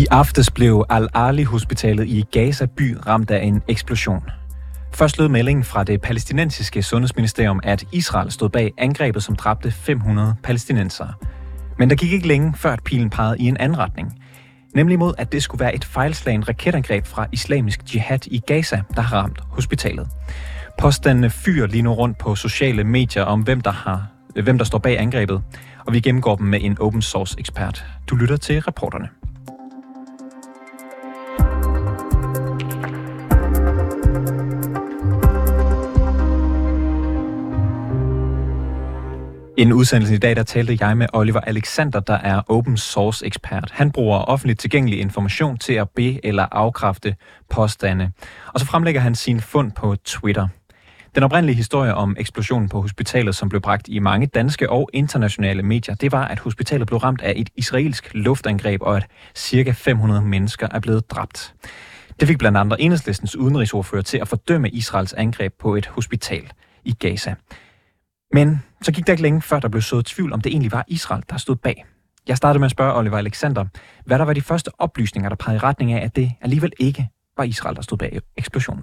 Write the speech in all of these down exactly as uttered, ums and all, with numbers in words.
aftes blev Al-Ali-hospitalet i Gaza by ramt af en eksplosion. Først lød meldingen fra det palæstinensiske sundhedsministerium, at Israel stod bag angrebet, som dræbte fem hundrede palæstinensere. Men der gik ikke længe, før at pilen pegede i en anden retning. Nemlig mod, at det skulle være et fejlslagen raketangreb fra Islamisk Jihad i Gaza, der har ramt hospitalet. Påstandene fyrer lige nu rundt på sociale medier om, hvem der, har, hvem der står bag angrebet, og vi gennemgår dem med en open source ekspert. Du lytter til Reporterne. I en udsendelse i dag, der talte jeg med Oliver Alexander, der er open source ekspert. Han bruger offentligt tilgængelig information til at be- eller afkræfte påstande. Og så fremlægger han sin fund på Twitter. Den oprindelige historie om eksplosionen på hospitalet, som blev bragt i mange danske og internationale medier, det var, at hospitalet blev ramt af et israelsk luftangreb, og at cirka fem hundrede mennesker er blevet dræbt. Det fik blandt andet Enhedslistens udenrigsordfører til at fordømme Israels angreb på et hospital i Gaza. Men så gik der ikke længe, før der blev sået tvivl om det egentlig var Israel, der stod bag. Jeg startede med at spørge Oliver Alexander, hvad der var de første oplysninger, der pegede i retning af, at det alligevel ikke var Israel, der stod bag eksplosionen.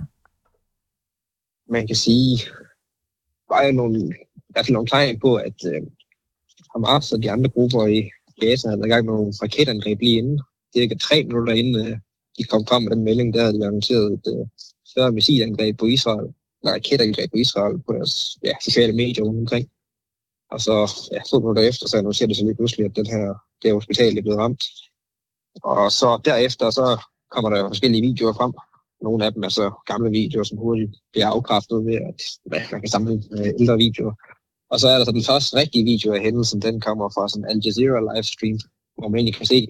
Man kan sige, der er nogle, i hvert fald nogle tegn på, at øh, Hamas og de andre grupper i Gaza havde i gang med nogle raketangreb lige inden. Cirka tre minutter inden øh, de kom frem med den melding, der havde de annonceret et øh, større missilangreb på Israel. raketangreb på Israel på deres ja, sociale medier rundt omkring. Og så ja, to minutter efter, så annoncerer det så lige pludselig, at den her, det her hospital er blevet ramt. Og så derefter, så kommer der forskellige videoer frem. Nogle af dem er så gamle videoer, som hurtigt bliver afkræftet ved, at ja, man kan samle med ældre videoer. Og så er der så den første rigtige video af hændelsen, den kommer fra sådan Al Jazeera livestream, hvor man egentlig kan se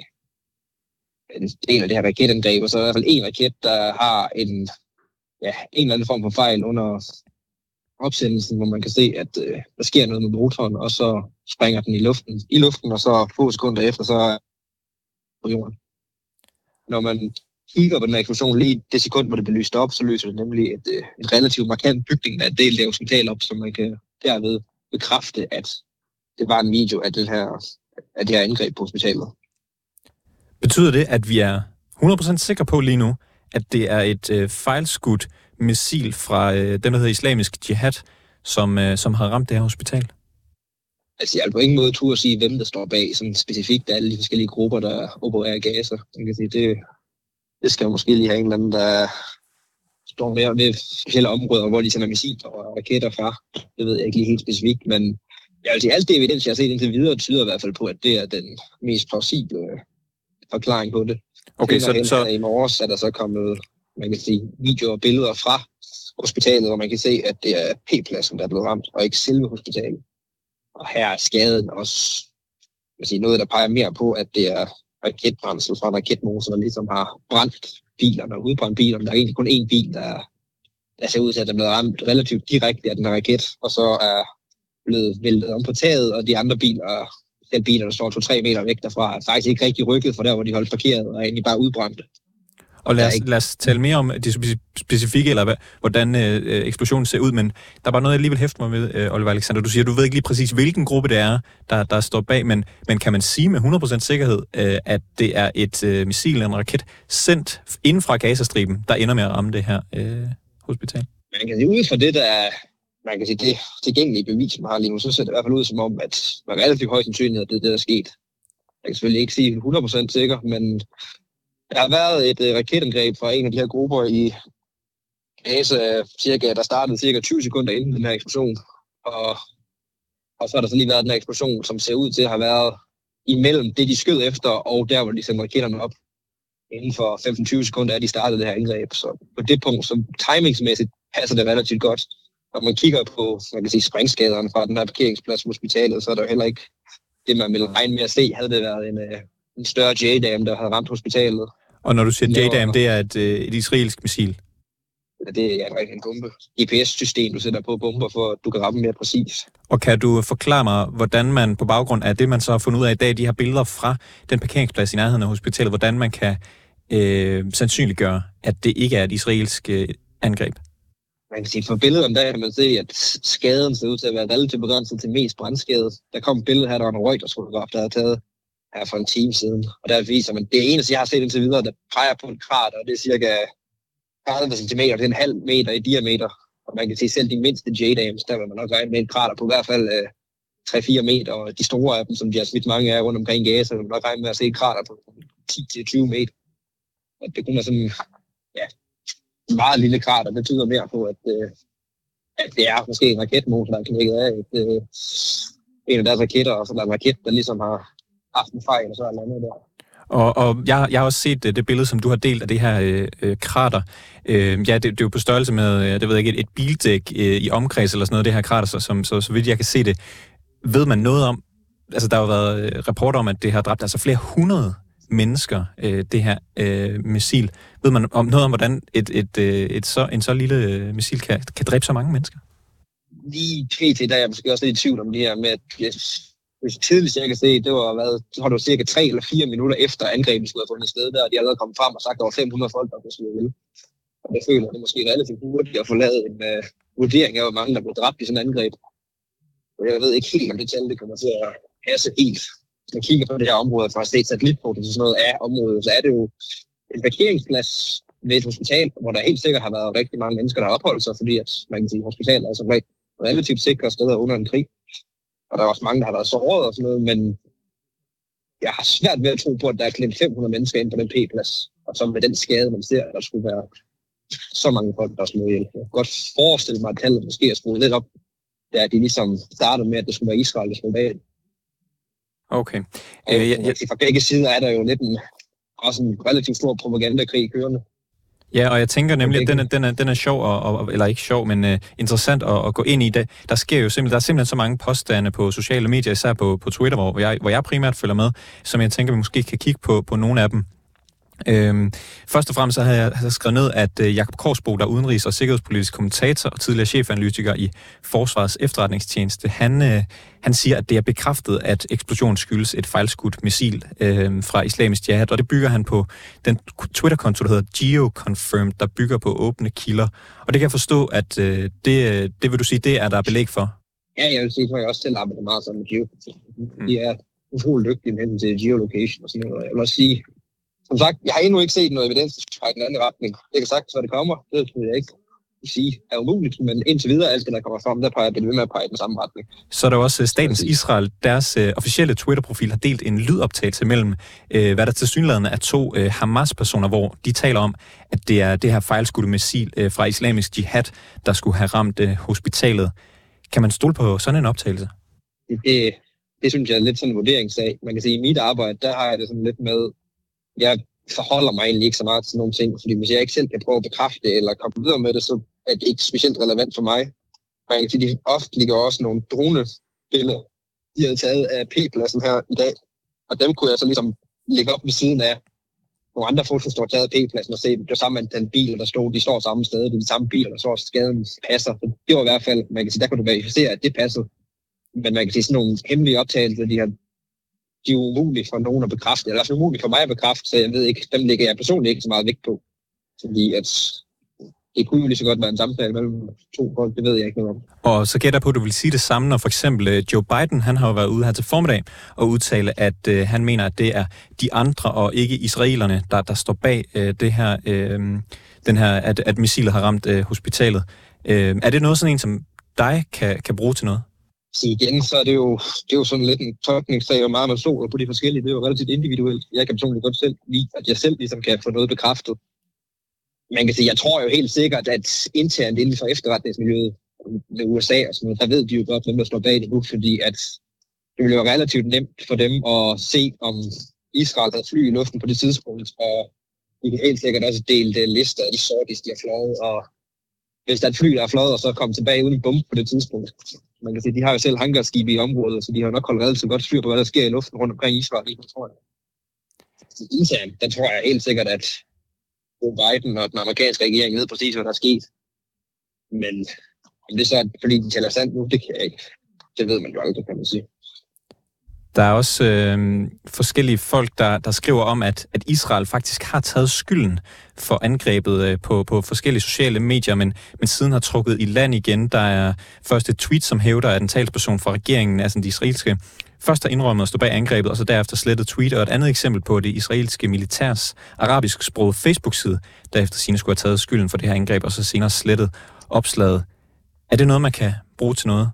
en del af det her raketangreb, og så er der i hvert fald en raket, der har en ja, en eller anden form for fejl under opsendelsen, hvor man kan se, at øh, der sker noget med motoren, og så springer den i luften, i luften og så få sekunder efter, så er på jorden. Når man kigger på den her eksplosion lige det sekund, hvor det bliver lyst op, så løser det nemlig et, øh, et relativt markant bygning af et del af hospitalet op, så man kan derved bekræfte, at det var en video af det her, af det her angreb på hospitalet. Betyder det, at vi er hundrede procent sikre på lige nu, at det er et øh, fejlskudt missil fra øh, den, der hedder Islamisk Jihad, som, øh, som har ramt det her hospital? Altså, jeg er på ingen måde tur at sige, hvem der står bag, sådan specifikt af alle de forskellige grupper, der opererer i Gaza. Jeg kan sige, det, det skal måske lige have en eller anden, der står mere ved specielle områder, hvor de sender missiler og raketter fra. Det ved jeg ikke lige helt specifikt, men jeg vil sige, alt det evidens, jeg har set indtil videre, tyder i hvert fald på, at det er den mest plausible forklaring på det. Okay, så, så... I morges er der så kommet, man kan sige, videoer og billeder fra hospitalet, hvor man kan se, at det er P-pladsen, der er blevet ramt, og ikke selve hospitalet. Og her er skaden også man sige, noget, der peger mere på, at det er raketbrændsel fra en raketmotor, der ligesom har brændt bilerne og udbrændt bilerne. Der er egentlig kun én bil, der, der ser ud til, at den er blevet ramt relativt direkte af den raket, og så er blevet væltet om på taget, og de andre biler, den biler, der står to-tre meter væk derfra, er faktisk ikke rigtig rykket fra der, hvor de holdt parkeret, og er egentlig bare udbrændte. Og lad os, lad os tale mere om det specifikke, eller hvad, hvordan øh, eksplosionen ser ud, men der er bare noget, jeg alligevel hæfter mig med, øh, Oliver Alexander. Du siger, du ved ikke lige præcis, hvilken gruppe det er, der, der står bag, men, men kan man sige med hundrede procent sikkerhed, øh, at det er et øh, missil eller en raket sendt inden fra Gazastriben, der ender med at ramme det her øh, hospital? Man kan sige, ud fra det, der er man kan sige, det tilgængelige bevis, man har lige nu, så ser det i hvert fald ud som om, at man er relativt højst sandsynlighed, at det er det, der er sket. Jeg kan selvfølgelig ikke sige hundrede procent sikker, men der har været et uh, raketangreb fra en af de her grupper i Gaza, cirka, der startede cirka tyve sekunder inden den her eksplosion. Og, og så har der så lige været den her eksplosion, som ser ud til at have været imellem det, de skød efter, og der, hvor de sendte raketterne op. Inden for femten til tyve sekunder er de startede det her angreb. Så på det punkt, så timingsmæssigt passer det relativt godt. Når man kigger på, man kan sige, springskaderne fra den her parkeringsplads på hospitalet, så er der jo heller ikke det, man ville regne med at se, havde det været en, en større J-dam, der havde ramt hospitalet. Og når du siger J-dam, det er et, et israelsk missil? Ja, det er en bombe. G P S-system, du sætter på bomber, for at du kan ramme mere præcis. Og kan du forklare mig, hvordan man på baggrund af det, man så har fundet ud af i dag, de her billeder fra den parkeringsplads i nærheden af hospitalet, hvordan man kan øh, sandsynliggøre, at det ikke er et israelsk øh, angreb? Man kan sige, for billederne der kan man se, at skaden ser ud til at være relativt begrænset til mest brandskadet. Der kom et billede her, der var en Reuters-fotograf, der havde taget her for en time siden. Og der viser man, det eneste, jeg har set indtil videre, der peger på en krater, og det er cirka tredive centimeter, det er en halv meter i diameter. Og man kan se selv de mindste J-dams, der vil man nok regne med et krater på i hvert fald øh, tre til fire meter, og de store af dem, som de har smidt mange af rundt omkring Gaza, vil man nok regne med at se et krater på ti til tyve meter. Og det kunne være sådan, ja, en meget lille krater, det tyder mere på, at, øh, at det er måske en raketmotor, der er knækket af et, øh, en af deres raketter, og så er der en raket, der ligesom har haft en fejl, og så er der andet der. Og, og jeg, jeg har også set det, det billede, som du har delt af det her øh, krater. Øh, ja, det, det er jo på størrelse med, det ved jeg ikke, et, et bildæk øh, i omkreds eller sådan noget, det her krater, så, som, så, så vidt jeg kan se det. Ved man noget om, altså der har jo været rapporter om, at det har dræbt altså flere hundrede mennesker, øh, det her øh, missil. Ved man om noget om, hvordan et, et, et, et så, en så lille missil kan, kan dræbe så mange mennesker? Lige pt. Der er jeg måske også lidt i tvivl om det her med, at hvis tidligst jeg kan se, det var, hvad, så har det jo cirka tre eller fire minutter efter angrebet skulle have fundet sted der, og de er allerede kommet frem og sagt, at der var fem hundrede folk, der kunne slå ihjel. Og jeg føler, at det er måske relativt hurtigt at få lavet en uh, vurdering af, hvor mange der blev dræbt i sådan et angreb. Og jeg ved ikke helt, om det tal det kommer til at passe helt. Hvis man kigger på det her område fra set satellitfoto til sådan noget af området, så er det jo en parkeringsplads ved et hospital, hvor der helt sikkert har været rigtig mange mennesker, der har opholdt sig, fordi at man kan sige, at hospitalet er som regel relativt sikre steder under en krig. Og der er også mange, der har været såret og sådan noget, men jeg har svært ved at tro på, at der er klemt fem hundrede mennesker ind på den P-plads. Og så med den skade, man ser, at der skulle være så mange folk, der slog ihjel. Jeg kan godt forestille mig, at tallet måske er skruet lidt op, da de ligesom startede med, at det skulle være Israel, der skulle bag. Okay. Og øh, jeg, jeg, fra begge sider er der jo lidt en, også en relativt stor propagandakrig kørende. Ja, og jeg tænker nemlig, at den er, den er, den er sjov, og, og, eller ikke sjov, men uh, interessant at, at gå ind i. Der, der sker jo simpelthen, der er simpelthen så mange påstande på sociale medier, især på, på Twitter, hvor jeg, hvor jeg primært følger med, som jeg tænker, vi måske kan kigge på, på nogle af dem. Øhm, først og fremmest så har jeg, har jeg skrevet ned, at uh, Jakob Korsbo, der er udenrigs- og sikkerhedspolitisk kommentator og tidligere chefanalytiker i Forsvarets efterretningstjeneste, han, uh, han siger, at det er bekræftet, at eksplosionen skyldes et fejlskudt missil uh, fra Islamisk Jihad, og det bygger han på den Twitter-konto, der hedder GeoConfirmed, der bygger på åbne kilder. Og det kan jeg forstå, at uh, det, det vil du sige, det er der belæg for? Ja, jeg vil sige, at jeg også selv arbejder meget sammen med GeoConfirmed. De er utrolig dygtige med til geolocation og sådan noget. Jeg vil også sige, som sagt, jeg har endnu ikke set noget evidens fra den anden retning. Det kan sagt, så det kommer. Det vil jeg ikke sige er umuligt, men indtil videre, alt det, der kommer frem, der peger det ved med at pege i den samme retning. Så er der også Statens Israel, deres uh, officielle Twitter-profil har delt en lydoptagelse mellem, uh, hvad der tilsyneladende er to uh, Hamas-personer, hvor de taler om, at det er det her fejlskudte missil uh, fra Islamisk Jihad, der skulle have ramt uh, hospitalet. Kan man stole på sådan en optagelse? Det, det, det synes jeg er lidt sådan en vurderingssag. Man kan sige, at i mit arbejde, der har jeg det sådan lidt med, jeg forholder mig egentlig ikke så meget til nogle ting, fordi hvis jeg ikke selv kan prøve at bekræfte det, eller komme videre med det, så er det ikke specielt relevant for mig. Man kan sige, de ofte ligger også nogle dronebilleder, de har taget af P-pladsen her i dag, og dem kunne jeg så ligesom lægge op ved siden af nogle andre fotos, der var taget af P-pladsen, og se, det var sammen med den biler, der stod, de står samme sted, det er de samme biler, der står, skaden passer. Så det var i hvert fald, man kan sige, der kunne du verificere, at det passede. Men man kan sige, sådan nogle hemmelige optagelser, de har de er umulige for nogen at bekræfte, eller er umuligt for mig at bekræfte, så jeg ved ikke, dem lægger jeg personligt ikke så meget vægt på. Fordi at det kunne jo lige så godt være en samtale mellem to folk, det ved jeg ikke noget om. Og så gætter på, at du vil sige det samme, når for eksempel Joe Biden, han har jo været ude her til formiddag og udtale, at øh, han mener, at det er de andre og ikke israelerne, der, der står bag øh, det her, øh, den her, at, at missilet har ramt øh, hospitalet. Øh, er det noget sådan en, som dig kan, kan bruge til noget? Så igen, så er det jo, det er jo sådan lidt en tolkningssag, og meget man stoler på de forskellige. Det er jo relativt individuelt. Jeg kan personligt godt selv lide, at jeg selv ligesom kan få noget bekræftet. Man kan sige, jeg tror jo helt sikkert, at internt inden for efterretningsmiljøet med U S A og sådan noget, der ved de jo godt, hvem der står bag det nu, fordi at det ville være relativt nemt for dem at se, om Israel havde fly i luften på det tidspunkt, og de kan helt sikkert også dele lister af de sortis, de har fløjet, og hvis der er et fly, der er fløjet, og så kommer tilbage uden en bombe på det tidspunkt. Man kan sige, de har jo selv hangarskibe i området, så de har nok holdt relativt godt styr på, hvad der sker i luften rundt omkring Israel. Jeg tror jeg. Internt, der tror jeg helt sikkert, at Joe Biden og den amerikanske regering ved præcis, hvad der er sket. Men om det så er, fordi de tæller sandt nu, det kan jeg ikke. Det ved man jo aldrig, kan man sige. Der er også øh, forskellige folk, der, der skriver om, at, at Israel faktisk har taget skylden for angrebet øh, på, på forskellige sociale medier, men, men siden har trukket i land igen. Der er først et tweet, som hævder, at en talsperson fra regeringen, altså de israelske, først har indrømmet at stå bag angrebet, og så derefter slettet tweet, og et andet eksempel på det israelske militærs arabisk-sproget Facebook-side, der efter sine skulle have taget skylden for det her angreb, og så senere slettet opslaget. Er det noget, man kan bruge til noget?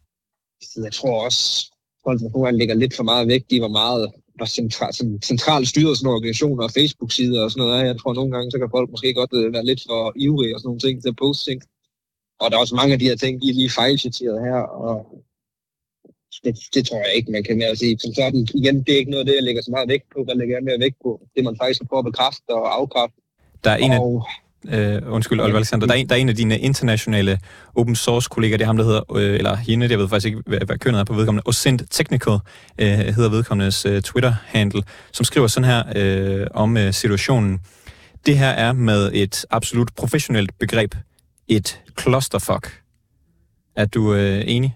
Jeg tror også, folk der ligger lidt for meget væk. De var meget var central, centralt styret sådan organisationer og Facebook-sider og sådan noget. Jeg tror, nogle gange så kan folk måske godt være lidt for ivrige og sådan nogle ting til at poste ting. Og der er også mange af de her ting, de er lige fejlciteret her, og det, det tror jeg ikke, man kan mere sige. Som sådan, igen, det er ikke noget af det, jeg lægger så meget vægt på. Hvad lægger jeg mere vægt på? Det man faktisk prøver at bekræfte og afkræfte. Der er en af... Og Uh, undskyld, Oliver Alexander. Der er, en, der er en af dine internationale open source kolleger, det er ham, der hedder, uh, eller hende, jeg ved faktisk ikke, hvad, hvad kønnet er på vedkommende, Osint Technical uh, hedder vedkommendes uh, Twitter-handle, som skriver sådan her uh, om uh, situationen. Det her er med et absolut professionelt begreb, et clusterfuck. Er du uh, enig?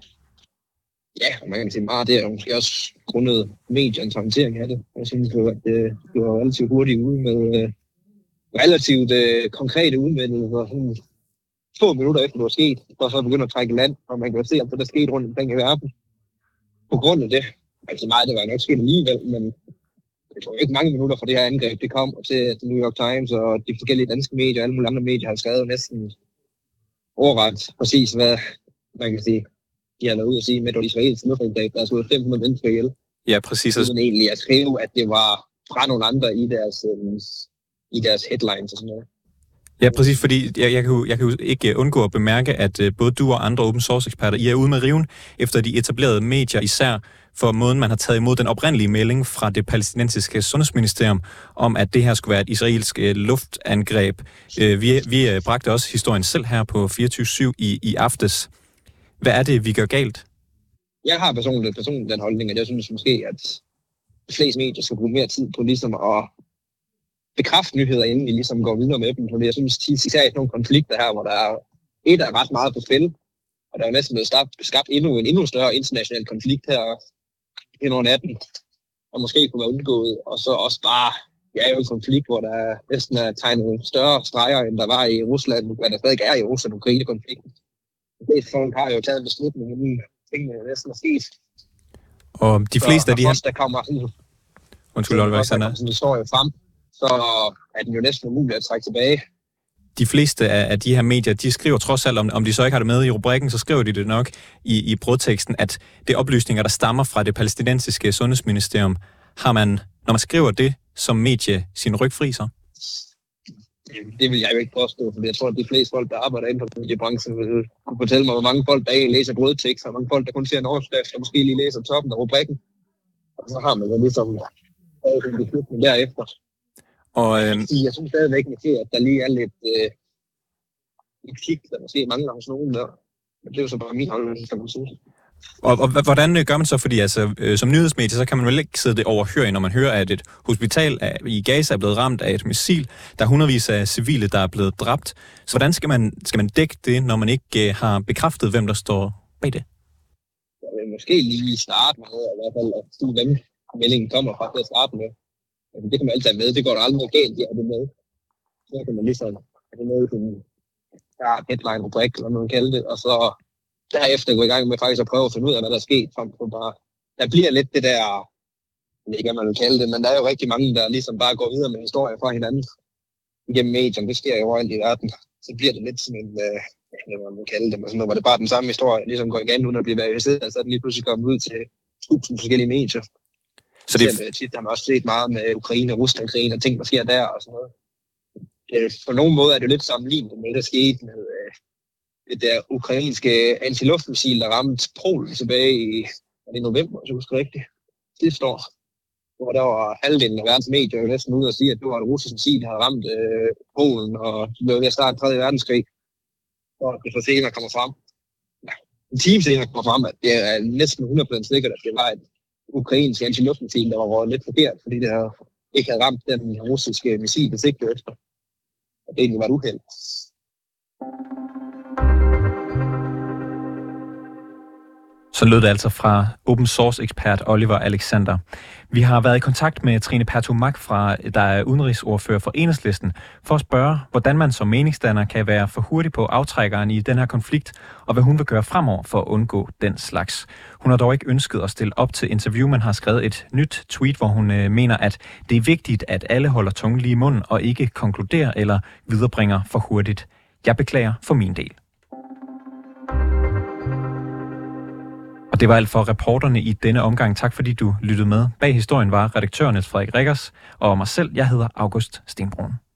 Ja, man kan sige meget. Det er måske også grundet mediernes håndtering af det. Jeg synes jo, at det, det var relativt hurtigt ude med... Uh, relativt øh, konkrete udmeldelser, sådan få minutter efter det var sket, og så begynder at trække i land, og man kan jo se, at det der skete rundt omkring i verden. På grund af det, altså meget, det var nok sket alligevel, men det var ikke mange minutter fra det her angreb, det kom til at New York Times og de forskellige danske medier og alle mulige andre medier har skrevet næsten overret præcis, hvad man kan sige, de har været ude at sige med, at det var israelske luftangreb, der er slået fem hundrede mennesker ihjel. Ja, præcis. Uden egentlig at skrive, at det var fra nogle andre i deres... Øh, i deres headlines og sådan noget. Ja, præcis, fordi jeg, jeg, kan jo, jeg kan jo ikke undgå at bemærke, at uh, både du og andre open source eksperter, I er ude med riven efter de etablerede medier, især for måden, man har taget imod den oprindelige melding fra det palæstinensiske sundhedsministerium, om at det her skulle være et israelsk uh, luftangreb. Uh, vi vi uh, bragte også historien selv her på fireogtyve syv i, i aftes. Hvad er det, vi gør galt? Jeg har personligt, personligt den holdning, at jeg synes måske, at de fleste medier skal bruge mere tid på ligesom at bekræfte nyheder, inden vi ligesom går videre med dem. Fordi jeg synes, at især i nogle konflikter her, hvor der er et er ret meget på spil, og der er næsten blevet skabt, skabt endnu en endnu større international konflikt her ind over natten, og måske kunne være undgået, og så også bare, ja, jo en konflikt, hvor der næsten er tegnet større streger, end der var i Rusland, hvad der stadig er i Rusland-Ukraine-konflikten. De fleste folk har jo taget en beslutning, inden tingene næsten er sket. Og de fleste så, af de her... der kommer sådan, Undskyld, Oliver Alexander. sådan en historie frem, så er den jo næsten umulig at trække tilbage. De fleste af, af de her medier, de skriver trods alt, om, om de så ikke har det med i rubrikken, så skriver de det nok i, i brødteksten, at det er oplysninger, der stammer fra det palæstinensiske sundhedsministerium. Har man, når man skriver det som medie, sin ryg fri så? Det vil jeg jo ikke påstå, for jeg tror, at de fleste folk, der arbejder inden for mediebranchen, vil kunne fortælle mig, hvor mange folk, der ikke læser brødtekster, og mange folk, der kun ser en overskrift, og måske lige læser toppen af rubrikken. Og så har man jo ligesom en beslutning derefter. Og, øh... Jeg synes stadigvæk, at der lige er lidt øh, etik, der måske mangler hos nogen der. Men det er jo så bare min holdning, kan man sige. Og, og hvordan gør man så? Fordi altså, øh, som nyhedsmedie, så kan man vel ikke sidde det overhøre, når man hører, at et hospital er, i Gaza er blevet ramt af et missil. Der er hundredvis af civile, der er blevet dræbt. Så hvordan skal man, skal man dække det, når man ikke øh, har bekræftet, hvem der står bag det? Jeg vil måske lige starte med, i hvert fald, at sige, hvem meldingen kommer fra til at starte med. Altså, det kan man altid have med. Det går der aldrig noget galt, ja, det med. Så kan man ligesom have det med i en ja, headline-rubrik, eller noget man kalder det, og så derefter gå i gang med faktisk at prøve at finde ud af, hvad der er sket, frem for bare... Der bliver lidt det der... Jeg ved ikke, hvad man vil kalde det, men der er jo rigtig mange, der ligesom bare går videre med historier fra hinanden gennem medierne. Det sker jo overalt i verden. Så bliver det lidt sådan en... Øh, hvad man vil kalde det, men sådan noget, hvor det bare den samme historie ligesom går igen, uden at blive verificeret, så er den lige pludselig kommet ud til tusind forskellige medier. Så det er tit, der har man også set meget med Ukraine og Rusland-krigen og ting, der sker der og sådan noget. På nogen måde er det jo lidt sammenlignet med, der skete med øh, det der ukrainske antiluftmissil, der ramte Polen tilbage i, i november, hvis jeg husker rigtigt, sidste år. Hvor der var halvdelen af verdens medier jo næsten ude og sige, at det var et russisk missil, der havde ramt øh, Polen, og det var ved at starte tredje verdenskrig. Og det så senere kommer frem. Ja, en time senere kommer frem, at det er næsten hundrede procent sikkert, at det var et ukrainsk antiluftmissil, der var rådet lidt forkert, fordi det havde, ikke havde ramt den russiske missil, det sigtede efter. Og det egentlig var et uheld. Så lød det altså fra open source ekspert Oliver Alexander. Vi har været i kontakt med Trine Pertou Mach, fra, der er udenrigsordfører for Enhedslisten, for at spørge, hvordan man som meningsdanner kan være for hurtig på aftrækkeren i den her konflikt, og hvad hun vil gøre fremover for at undgå den slags. Hun har dog ikke ønsket at stille op til interview, men har skrevet et nyt tweet, hvor hun øh, mener, at det er vigtigt, at alle holder tungen lige i munden og ikke konkluderer eller viderebringer for hurtigt. Jeg beklager for min del. Og det var alt for reporterne i denne omgang. Tak fordi du lyttede med. Bag historien var redaktør Niels Frederik Rikkers og mig selv. Jeg hedder August Stenbrun.